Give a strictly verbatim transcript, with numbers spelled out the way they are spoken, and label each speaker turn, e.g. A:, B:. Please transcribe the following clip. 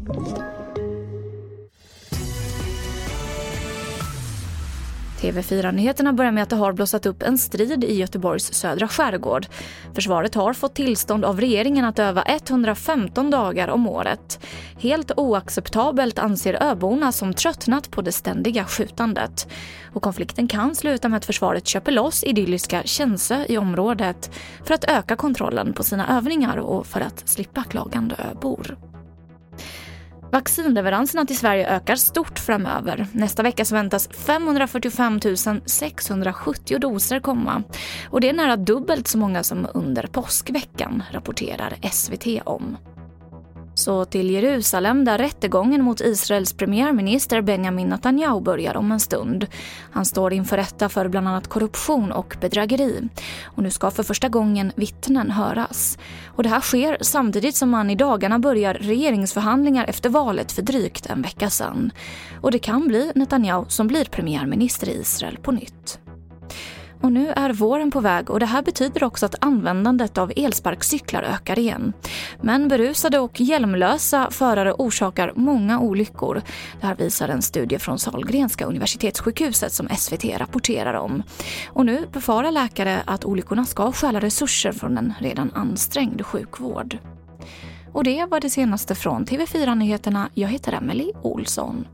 A: T V fyra-nyheterna börjar med att det har blossat upp en strid i Göteborgs södra skärgård. Försvaret har fått tillstånd av regeringen att öva etthundrafemton dagar om året. Helt oacceptabelt anser öborna som tröttnat på det ständiga skjutandet. Och konflikten kan sluta med att försvaret köper loss idylliska Känsö i området för att öka kontrollen på sina övningar och för att slippa klagande öbor. Vaccinleveranserna till Sverige ökar stort framöver. Nästa vecka så väntas femhundrafyrtiofem tusen sexhundrasjuttio doser komma. Och det är nära dubbelt så många som under påskveckan, rapporterar S V T om. Så till Jerusalem där rättegången mot Israels premiärminister Benjamin Netanyahu börjar om en stund. Han står inför rätta för bland annat korruption och bedrägeri. Och nu ska för första gången vittnen höras. Och det här sker samtidigt som man i dagarna börjar regeringsförhandlingar efter valet för drygt en vecka sedan. Och det kan bli Netanyahu som blir premiärminister i Israel på nytt. Och nu är våren på väg och det här betyder också att användandet av elsparkcyklar ökar igen. Men berusade och hjälmlösa förare orsakar många olyckor. Det här visar en studie från Sahlgrenska universitetssjukhuset som S V T rapporterar om. Och nu befarar läkare att olyckorna ska stjäla resurser från en redan ansträngd sjukvård. Och det var det senaste från T V fyra-nyheterna. Jag heter Emily Olsson.